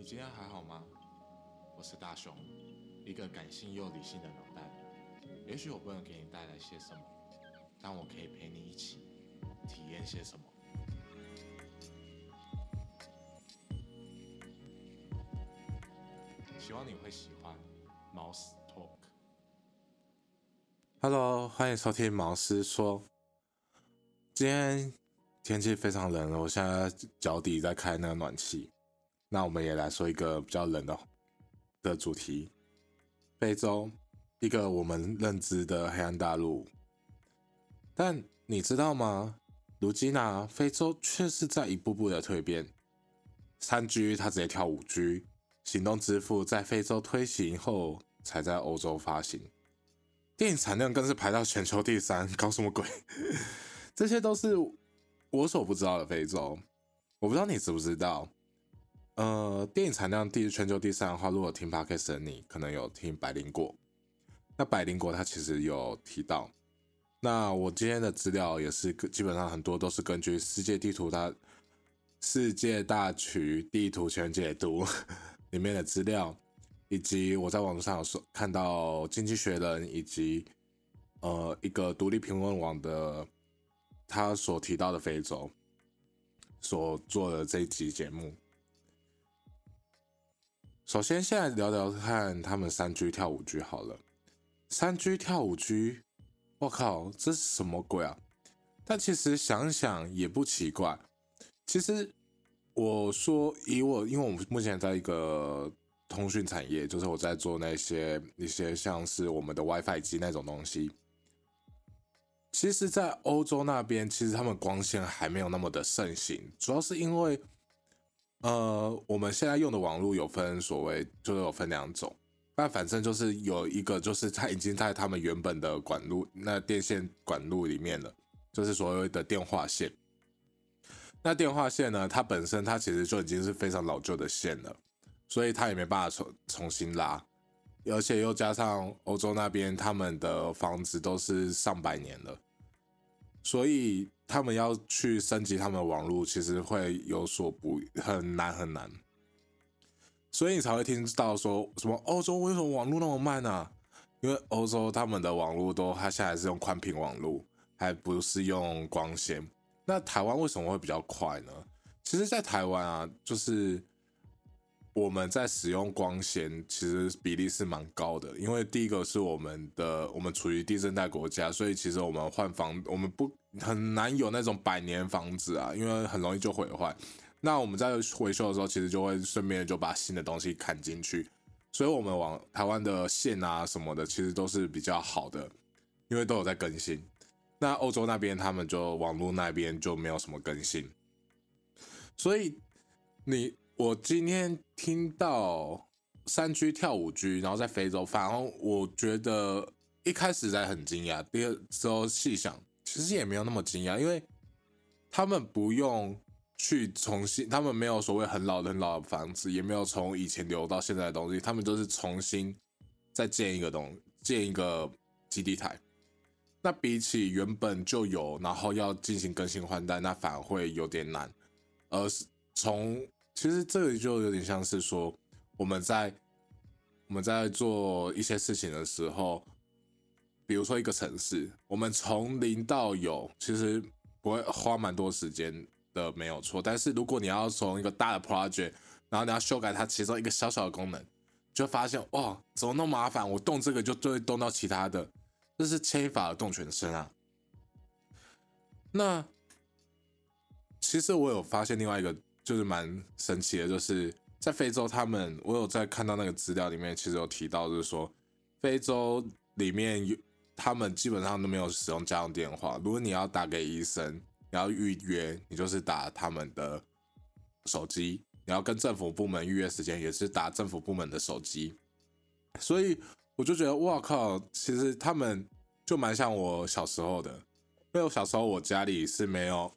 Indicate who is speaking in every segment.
Speaker 1: 你今天还好吗？我是大雄，一个感性又理性的脑袋。也许我不能给你带来些什么，但我可以陪你一起体验些什么。希望你会喜欢 Mouse Talk。Hello， 欢迎收听毛师说。今天天气非常冷了，我现在脚底在开那个暖气。那我们也来说一个比较冷的主题，非洲，一个我们认知的黑暗大陆。但你知道吗？如今啊，非洲却是在一步步的蜕变。3G 它直接跳5G， 行动支付在非洲推行后才在欧洲发行，电影产量更是排到全球第3，搞什么鬼？这些都是我所不知道的非洲。我不知道你知不知道。电影产量全球第3的话，如果听 Podcast 的你可能有听百灵果。那百灵果它其实有提到，那我今天的资料也是基本上很多都是根据世界大局地图全解读里面的资料，以及我在网络上有看到经济学人以及一个独立评论网的他所提到的非洲所做的这一集节目。首先现在聊聊看他们 3G 跳 5G 好了。 3G 跳 5G， 我靠，这是什么鬼啊？但其实想想也不奇怪。其实我说因为我目前在一个通讯产业，就是我在做一些像是我们的 WiFi 机那种东西。其实在欧洲那边，其实他们光纤还没有那么的盛行，主要是因为我们现在用的网络有分就是有分2种，但反正就是有一个就是它已经在他们原本的管路那电线管路里面了，就是所谓的电话线。那电话线呢，它本身它其实就已经是非常老旧的线了，所以它也没办法重新拉，而且又加上欧洲那边他们的房子都是上百年了，所以他们要去升级他们的网络，其实会很难，所以你才会听到说什么欧洲为什么网络那么慢啊？因为欧洲他们的网络它现在是用宽频网络，还不是用光纤。那台湾为什么会比较快呢？其实在台湾啊，就是我们在使用光纤其实比例是蛮高的，因为第一个是我们处于地震带国家，所以其实我们换房我们很难有那种100年房子啊，因为很容易就毁坏。那我们在维修的时候，其实就会顺便就把新的东西砍进去，所以我们往台湾的线啊什么的，其实都是比较好的，因为都有在更新。那欧洲那边他们就网络那边就没有什么更新，所以我今天听到 3G 跳 5G， 然后在非洲，反而我觉得一开始在很惊讶，第二时候细想，其实也没有那么惊讶，因为他们不用去重新，他们没有所谓很老的房子，也没有从以前留到现在的东西，他们都是重新再建一个基地台。那比起原本就有，然后要进行更新换代，那反而会有点难。其实这个就有点像是说，我们在做一些事情的时候，比如说一个城市，我们从零到有，其实不会花蛮多时间的，没有错。但是如果你要从一个大的 project， 然后你要修改它其中一个小小的功能，就会发现哇，怎么那么麻烦？我动这个就会动到其他的。这是牵一发而动全身啊。那其实我有发现另外一个就是蛮神奇的，就是在非洲我有在看到那个资料里面，其实有提到就是说，非洲里面他们基本上都没有使用家用电话。如果你要打给医生，你要预约，你就是打他们的手机；你要跟政府部门预约时间，也是打政府部门的手机。所以我就觉得哇靠，其实他们就蛮像我小时候的，因为我小时候我家里是没有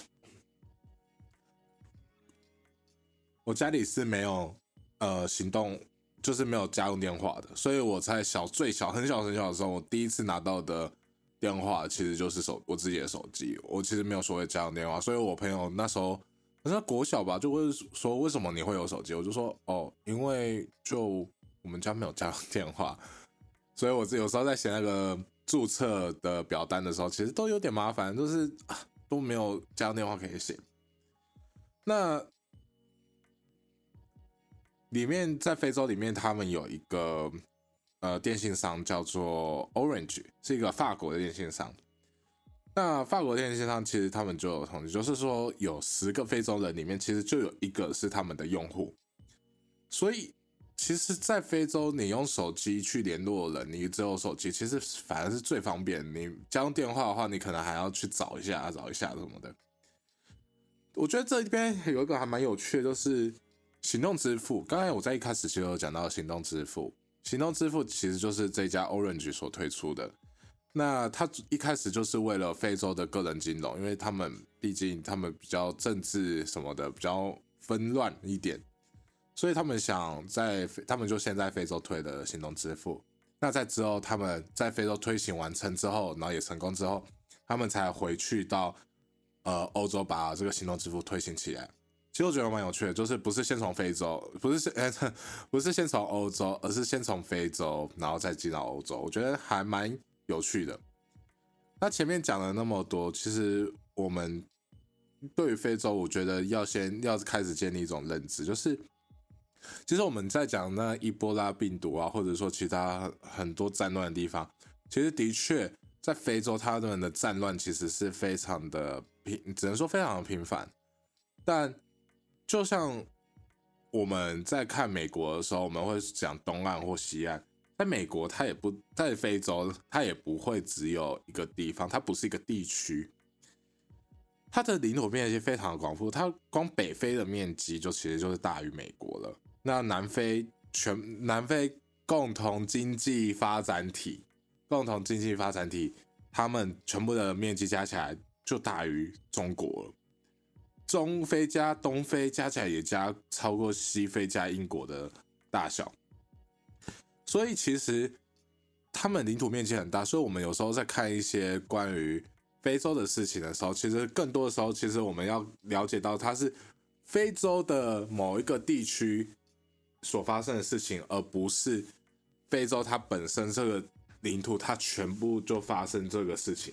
Speaker 1: 行动，就是没有家用电话的，所以我在很小的时候，我第一次拿到的电话其实就是我自己的手机，我其实没有所谓家用电话，所以我朋友那时候好像国小吧，就会说为什么你会有手机？我就说哦，因为就我们家没有家用电话，所以我有时候在写那个注册的表单的时候，其实都有点麻烦，就是都没有家用电话可以写。那里面在非洲里面，他们有一个电信商叫做 Orange， 是一个法国的电信商。那法国电信商其实他们就有统计，就是说有10个非洲人里面，其实就有1个是他们的用户。所以其实，在非洲你用手机去联络人，你只有手机，其实反而是最方便。你家用电话的话，你可能还要去找一下什么的。我觉得这边有一个还蛮有趣的，就是行动支付。刚才我在一开始其实有讲到行动支付，行动支付其实就是这家 Orange 所推出的。那他一开始就是为了非洲的个人金融，因为毕竟他们比较政治什么的比较纷乱一点，所以他们就先在非洲推的行动支付。那在之后他们在非洲推行完成之后，然后也成功之后，他们才回去到欧洲把这个行动支付推行起来。其实我觉得蛮有趣的，就是不是先从非洲，不是先从欧洲，而是先从非洲，然后再进到欧洲。我觉得还蛮有趣的。那前面讲了那么多，其实我们对于非洲，我觉得要开始建立一种认知，就是其实我们在讲那伊波拉病毒啊，或者说其他很多战乱的地方，其实的确在非洲，他们的战乱其实是非常的只能说非常的频繁。但就像我们在看美国的时候，我们会讲东岸或西岸。在美国，在非洲，它也不会只有一个地方，它不是一个地区，它的领土面积非常的广阔，它光北非的面积其实就是大于美国了。那南非共同经济发展体，他们全部的面积加起来就大于中国了。中非加东非加起来也超过西非加英国的大小。所以其实他们领土面积很大，所以我们有时候在看一些关于非洲的事情的时候，其实更多的时候，其实我们要了解到它是非洲的某一个地区所发生的事情，而不是非洲它本身这个领土它全部就发生这个事情。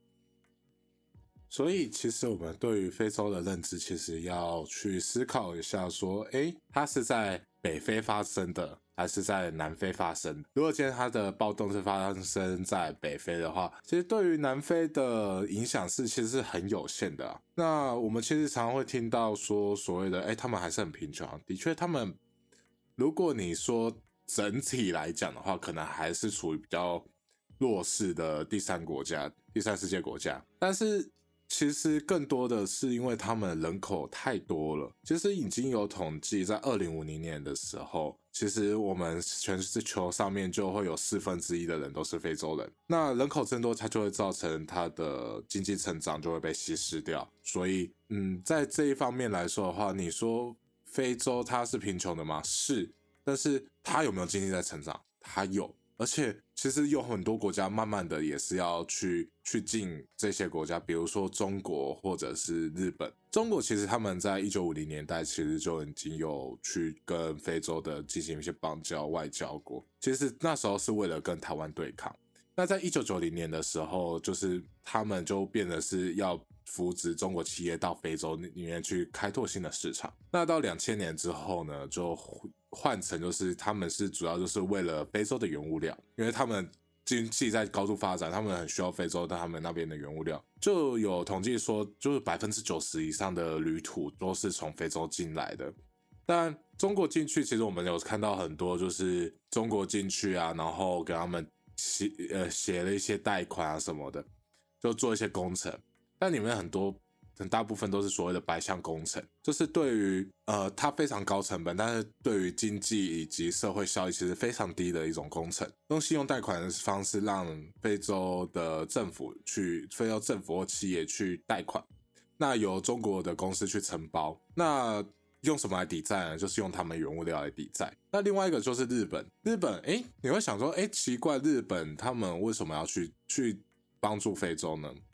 Speaker 1: 所以其实我们对于非洲的认知，其实要去思考一下说，它是在北非发生的还是在南非发生？如果今天它的暴动是发生在北非的话，其实对于南非的影响其实是很有限的啊。那我们其实常常会听到说所谓的他们还是很贫穷，的确他们如果你说整体来讲的话，可能还是处于比较弱势的第三世界国家，但是其实更多的是因为他们人口太多了。其实已经有统计，在2050年的时候，其实我们全球上面就会有1/4的人都是非洲人。那人口增多，它就会造成它的经济成长就会被稀释掉。所以，在这一方面来说的话，你说非洲它是贫穷的吗？是，但是它有没有经济在成长？它有。而且其实有很多国家慢慢的也是要去进这些国家，比如说中国或者是日本。中国其实他们在1950年代其实就已经有去跟非洲的进行一些邦交外交过，其实那时候是为了跟台湾对抗。那在1990年的时候，就是他们就变得是要扶植中国企业到非洲里面去开拓新的市场。那到2000年之后呢，就换成就是他们是主要就是为了非洲的原物料，因为他们经济在高度发展，他们很需要非洲他们那边的原物料。就有统计说，就是90%以上的铝土都是从非洲进来的。但中国进去，其实我们有看到很多就是中国进去啊，然后给他们写了一些贷款啊什么的，就做一些工程。但里面很大部分都是所谓的白项工程，就是对于它非常高成本，但是对于经济以及社会效益其实非常低的一种工程。用信用贷款的方式让非洲政府或企业去贷款，那由中国的公司去承包。那用什么来抵债呢？就是用他们原物料来抵债。那另外一个就是日本，你会想说，奇怪，日本他们为什么要去帮助非洲呢？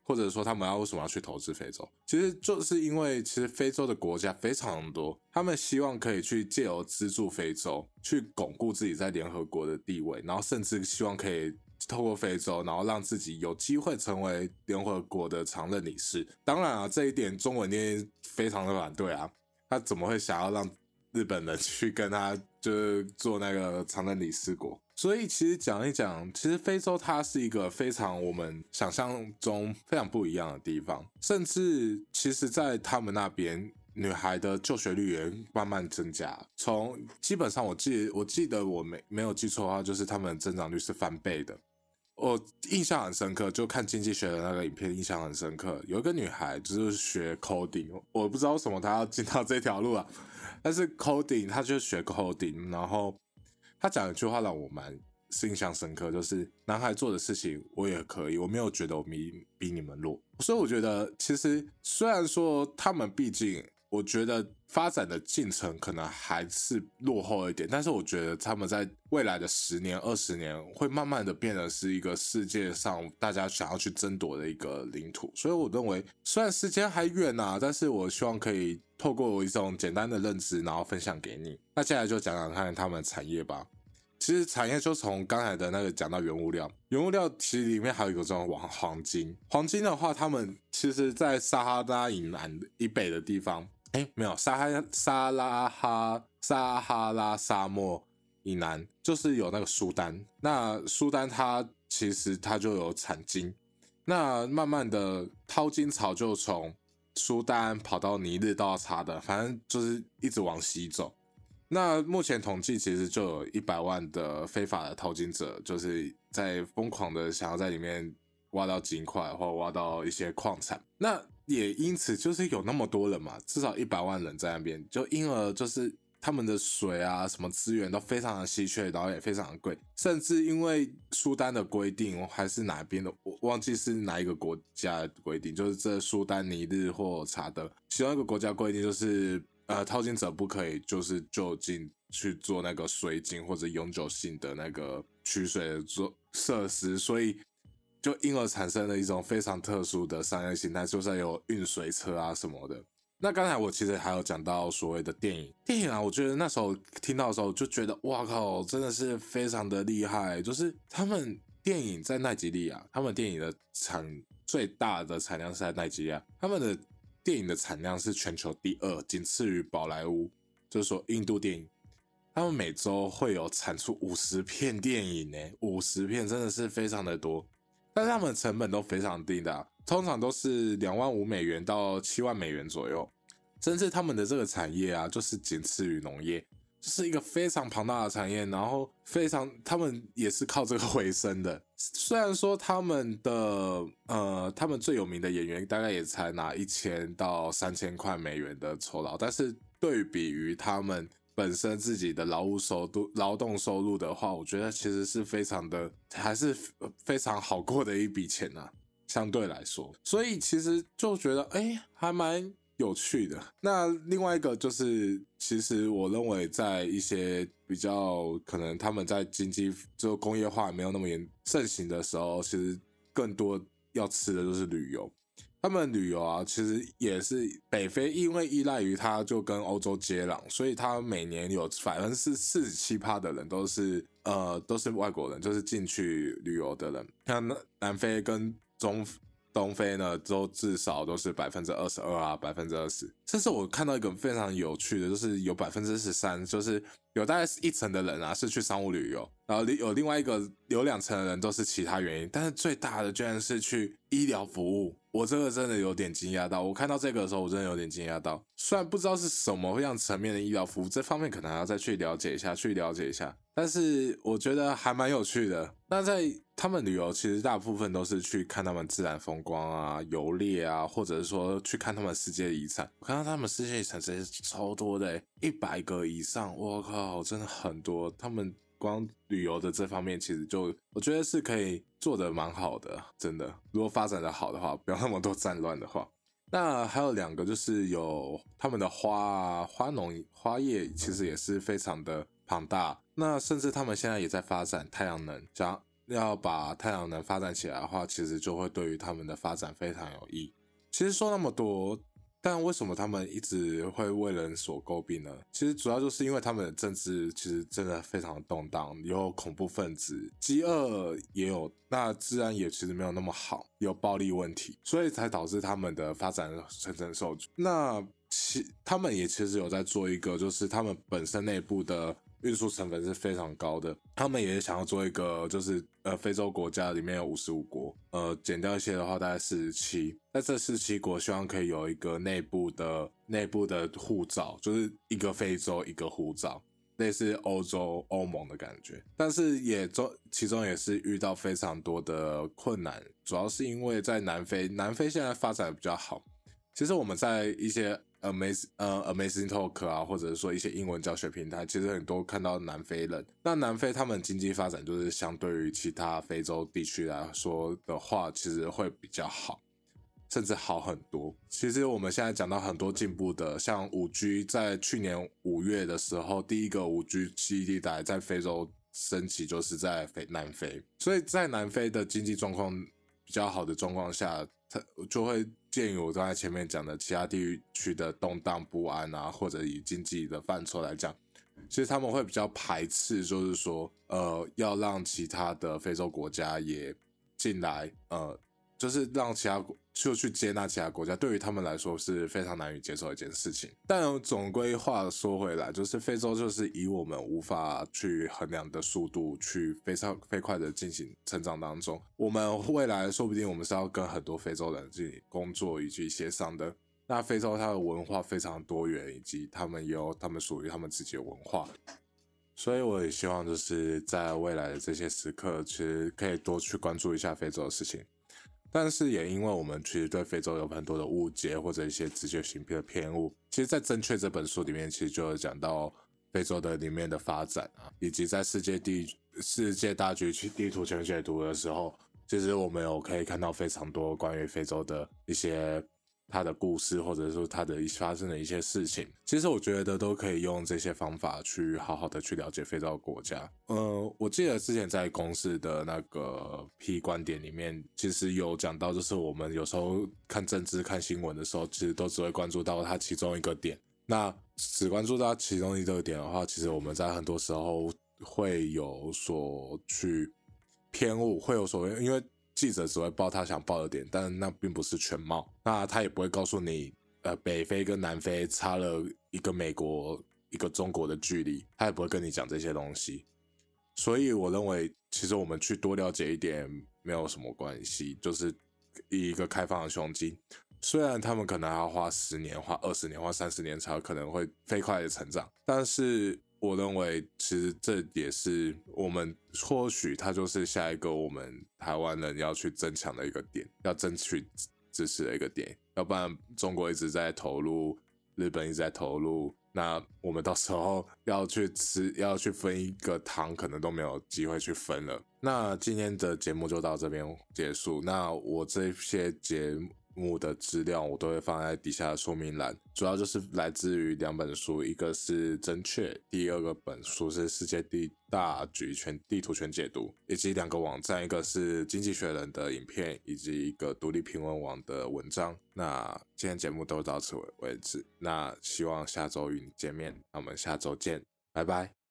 Speaker 1: 或者说他们为什么要去投资非洲？其实就是因为其实非洲的国家非常多，他们希望可以去借由资助非洲，去巩固自己在联合国的地位，然后甚至希望可以透过非洲，然后让自己有机会成为联合国的常任理事。当然啊，这一点中文念非常的反对啊，他怎么会想要让日本人去跟他就是做那个常任理事国？所以其实讲一讲，其实非洲它是一个非常我们想象中非常不一样的地方，甚至其实在他们那边女孩的就学率也慢慢增加，从基本上我记得我没有记错的话，就是他们增长率是翻倍的。我印象很深刻，就看经济学的那个影片，印象很深刻。有一个女孩就是学 coding， 我不知道为什么她要进到这条路啊，但是 coding 她就学 coding， 然后她讲一句话让我蛮印象深刻，就是男孩做的事情我也可以，我没有觉得我比你们弱。所以我觉得其实虽然说他们毕竟我觉得发展的进程可能还是落后一点，但是我觉得他们在未来的10年、20年会慢慢的变得是一个世界上大家想要去争夺的一个领土。所以我认为虽然时间还远啊，但是我希望可以透过一种简单的认知，然后分享给你。那接下来就讲讲看他们的产业吧。其实产业就从刚才的那个讲到原物料，原物料其实里面还有一个这种黄金。黄金的话，他们其实在撒哈拉以北的地方，没有撒哈拉沙漠以南，就是有那个苏丹。那苏丹它其实它就有产金，那慢慢的淘金潮就从苏丹跑到尼日到查的，反正就是一直往西走。那目前统计其实就有100万的非法的淘金者，就是在疯狂的想要在里面挖到金块或挖到一些矿产。那也因此就是有那么多人嘛，至少100万人在那边，就因而就是他们的水啊什么资源都非常的稀缺，然后也非常的贵，甚至因为苏丹的规定还是哪边的，我忘记是哪一个国家的规定，就是这苏丹、尼日或查德其中一个国家规定就是淘金者不可以就是就近去做那个水井或者永久性的那个取水的设施，所以就因而产生了一种非常特殊的商业形态，就是有运水车啊什么的。那刚才我其实还有讲到所谓的电影啊，我觉得那时候听到的时候就觉得哇靠，真的是非常的厉害，就是他们电影在奈及利亚，他们电影的最大的产量是在奈及利亚，他们的电影的产量是全球第2，仅次于宝莱坞，就是说印度电影，他们每周会有产出50片电影呢，50片真的是非常的多，但是他们的成本都非常低的通常都是$25,000到$70,000左右，甚至他们的这个产业啊，就是仅次于农业，就是一个非常庞大的产业，然后他们也是靠这个为生的。虽然说他们最有名的演员大概也才拿1000到3000块美元的酬劳，但是对比于他们本身自己的劳动收入的话，我觉得其实是还是非常好过的一笔钱啊，相对来说。所以其实就觉得还蛮有趣的。那另外一个就是，其实我认为在一些比较可能他们在经济就工业化没有那么盛行的时候，其实更多要吃的就是旅游。他们旅游啊，其实也是北非，因为依赖于它就跟欧洲接壤，所以它每年有47%的人都是外国人，就是进去旅游的人。像南非跟东非呢，都至少都是22%啊，20%。甚至我看到一个非常有趣的，就是有13%，就是有大概1成的人啊是去商务旅游，然后有另外有2成的人都是其他原因，但是最大的居然是去医疗服务。我这个真的有点惊讶到，我看到这个的时候，我真的有点惊讶到。虽然不知道是什么样层面的医疗服务，这方面可能还要再去了解一下，但是我觉得还蛮有趣的。那在他们旅游，其实大部分都是去看他们自然风光啊、游猎啊，或者是说去看他们世界遗产。我看到他们世界遗产真是超多的，100个以上，我靠，真的很多。他们光旅游的这方面，其实我觉得是可以做得蛮好的，真的。如果发展的好的话，不要那么多战乱的话。那还有2个就是有他们的花叶，其实也是非常的庞大。那甚至他们现在也在发展太阳能， 要把太阳能发展起来的话，其实就会对于他们的发展非常有益。其实说那么多，但为什么他们一直会为人所诟病呢？其实主要就是因为他们的政治其实真的非常动荡，有恐怖分子，饥饿也有，那治安也其实没有那么好，有暴力问题，所以才导致他们的发展层层受阻。那他们也其实有在做一个，就是他们本身内部的运输成本是非常高的，他们也想要做一个，就是非洲国家里面有55国，减掉一些的话大概47，在这47国希望可以有一个内部的护照，就是一个非洲一个护照。类似欧洲欧盟的感觉，但是其中也是遇到非常多的困难，主要是因为在南非现在发展的比较好。其实我们在一些Amazing Talk 啊，或者是说一些英文教学平台，其实很多看到南非人。那南非他们经济发展就是相对于其他非洲地区来说的话，其实会比较好，甚至好很多。其实我们现在讲到很多进步的，像5G，在去年5月的时候，第一个5G 基地台在非洲升起，就是在南非。所以在南非的经济状况比较好的状况下，它就会鉴于我刚才前面讲的其他地区的动荡不安啊，或者以经济的范畴来讲，其实他们会比较排斥，就是说要让其他的非洲国家也进来，就是让其他就去接纳其他国家，对于他们来说是非常难以接受的一件事情。但总归话说回来，就是非洲就是以我们无法去衡量的速度去飞快的进行成长当中。我们未来说不定我们是要跟很多非洲人进行工作以及协商的。那非洲它的文化非常多元，以及他们有他们属于他们自己的文化。所以我也希望就是在未来的这些时刻，其实可以多去关注一下非洲的事情。但是也因为我们其实对非洲有很多的误解或者一些直觉型的偏误，其实在《正确》这本书里面，其实就有讲到非洲的里面的发展啊，以及在世界大局地图全解读的时候，其实我们有可以看到非常多关于非洲的一些他的故事，或者说他的发生的一些事情，其实我觉得都可以用这些方法去好好的去了解非洲国家。我记得之前在公司的那个 P 观点里面，其实有讲到，就是我们有时候看政治、看新闻的时候，其实都只会关注到它其中一个点。那只关注到其中一个点的话，其实我们在很多时候会有所去偏误，会有所谓，因为记者只会报他想报的点，但那并不是全貌。那他也不会告诉你，北非跟南非差了一个美国、一个中国的距离，他也不会跟你讲这些东西。所以我认为，其实我们去多了解一点没有什么关系，就是以一个开放的胸襟。虽然他们可能还要花10年、花20年、花30年才有可能会飞快的成长，但是我认为其实这也是我们或许它就是下一个我们台湾人要去争抢的一个点，要争取支持的一个点。要不然中国一直在投入，日本一直在投入，那我们到时候要去分一个糖，可能都没有机会去分了。那今天的节目就到这边结束。那我这些节目的资料我都会放在底下的说明栏，主要就是来自于2本书，一个是正确，第二个本书是世界大局地图全解读，以及2个网站，一个是经济学人的影片，以及一个独立评论网的文章。那今天节目都到此为止，那希望下周与你见面，那我们下周见，拜拜。